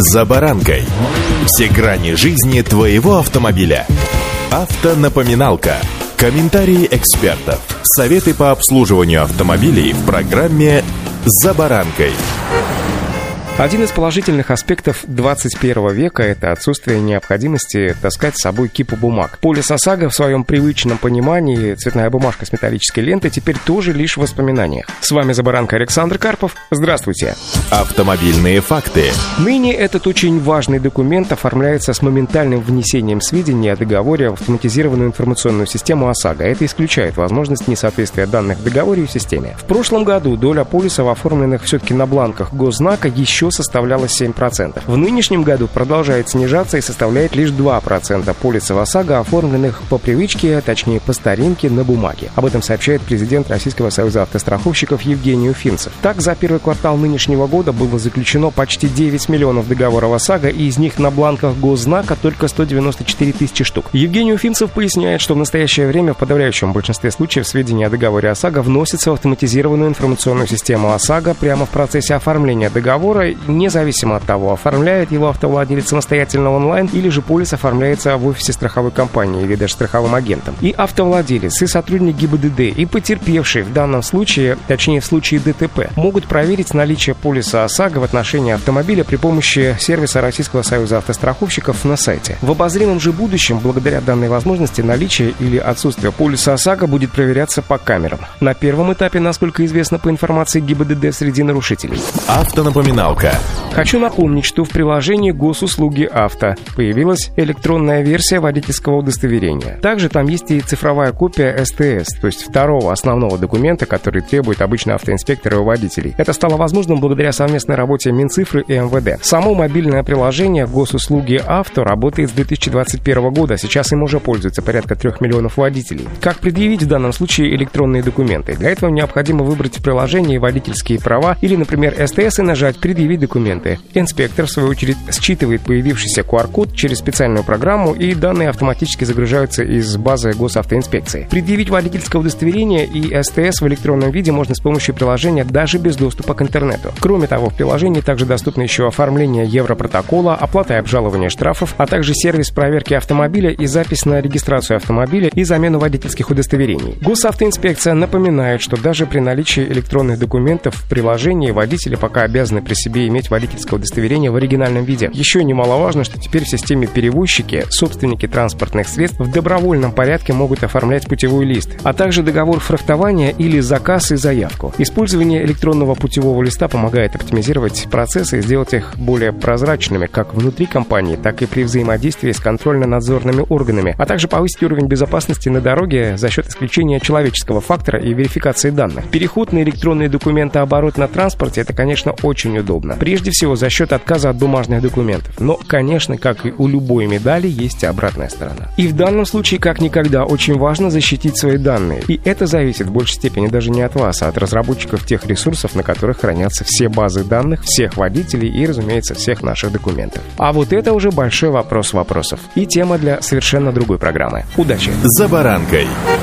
«За баранкой». Все грани жизни твоего автомобиля. Автонапоминалка. Комментарии экспертов. Советы по обслуживанию автомобилей в программе «За баранкой». Один из положительных аспектов 21 века – это отсутствие необходимости таскать с собой кипу бумаг. Полис ОСАГО в своем привычном понимании, цветная бумажка с металлической лентой, теперь тоже лишь в воспоминаниях. С вами «За баранкой» Александр Карпов. Здравствуйте. Автомобильные факты. Ныне этот очень важный документ оформляется с моментальным внесением сведений о договоре в автоматизированную информационную систему ОСАГО. Это исключает возможность несоответствия данных в договоре и в системе. В прошлом году доля полисов, оформленных все-таки на бланках госзнака, еще составляла 7%. В нынешнем году продолжает снижаться и составляет лишь 2% полисов ОСАГО, оформленных по привычке, точнее по старинке, на бумаге. Об этом сообщает президент Российского союза автостраховщиков Евгений Уфимцев. Так, за первый квартал нынешнего года было заключено почти 9 миллионов договоров ОСАГО, и из них на бланках госзнака только 194 тысячи штук. Евгений Уфимцев поясняет, что в настоящее время в подавляющем большинстве случаев сведения о договоре ОСАГО вносятся в автоматизированную информационную систему ОСАГО прямо в процессе оформления договора, независимо от того, оформляет его автовладелец самостоятельно онлайн или же полис оформляется в офисе страховой компании или даже страховым агентом. И автовладелец, и сотрудник ГИБДД, и потерпевший в данном случае, точнее в случае ДТП, могут проверить наличие полиса ОСАГО в отношении автомобиля при помощи сервиса Российского союза автостраховщиков на сайте. В обозримом же будущем, благодаря данной возможности, наличие или отсутствие полиса ОСАГО будет проверяться по камерам. На первом этапе, насколько известно по информации ГИБДД, среди нарушителей. Автонапоминалка. Хочу напомнить, что в приложении «Госуслуги авто» появилась электронная версия водительского удостоверения. Также там есть и цифровая копия СТС, то есть второго основного документа, который требует обычно автоинспекторы у водителей. Это стало возможным благодаря совместной работе Минцифры и МВД. Само мобильное приложение «Госуслуги авто» работает с 2021 года, сейчас им уже пользуются порядка 3 миллионов водителей. Как предъявить в данном случае электронные документы? Для этого необходимо выбрать в приложении водительские права или, например, СТС и нажать «Предъявить документы». Инспектор, в свою очередь, считывает появившийся QR-код через специальную программу, и данные автоматически загружаются из базы госавтоинспекции. Предъявить водительское удостоверение и СТС в электронном виде можно с помощью приложения даже без доступа к интернету. Кроме того, в приложении также доступно еще оформление Европротокола, оплата и обжалование штрафов, а также сервис проверки автомобиля и запись на регистрацию автомобиля и замену водительских удостоверений. Госавтоинспекция напоминает, что даже при наличии электронных документов в приложении водители пока обязаны при себе иметь водительское удостоверение в оригинальном виде. Еще немаловажно, что теперь в системе перевозчики, собственники транспортных средств в добровольном порядке могут оформлять путевой лист, а также договор фрахтования или заказ и заявку. Использование электронного путевого листа помогает оптимизировать процессы и сделать их более прозрачными как внутри компании, так и при взаимодействии с контрольно-надзорными органами, а также повысить уровень безопасности на дороге за счет исключения человеческого фактора и верификации данных. Переход на электронные документооборот на транспорте – это, конечно, очень удобно. Прежде всего, за счет отказа от бумажных документов. Но, конечно, как и у любой медали, есть и обратная сторона. И в данном случае, как никогда, очень важно защитить свои данные. И это зависит в большей степени даже не от вас, а от разработчиков тех ресурсов, на которых хранятся все базы данных, всех водителей и, разумеется, всех наших документов. А вот это уже большой вопрос вопросов. И тема для совершенно другой программы. Удачи! «За баранкой».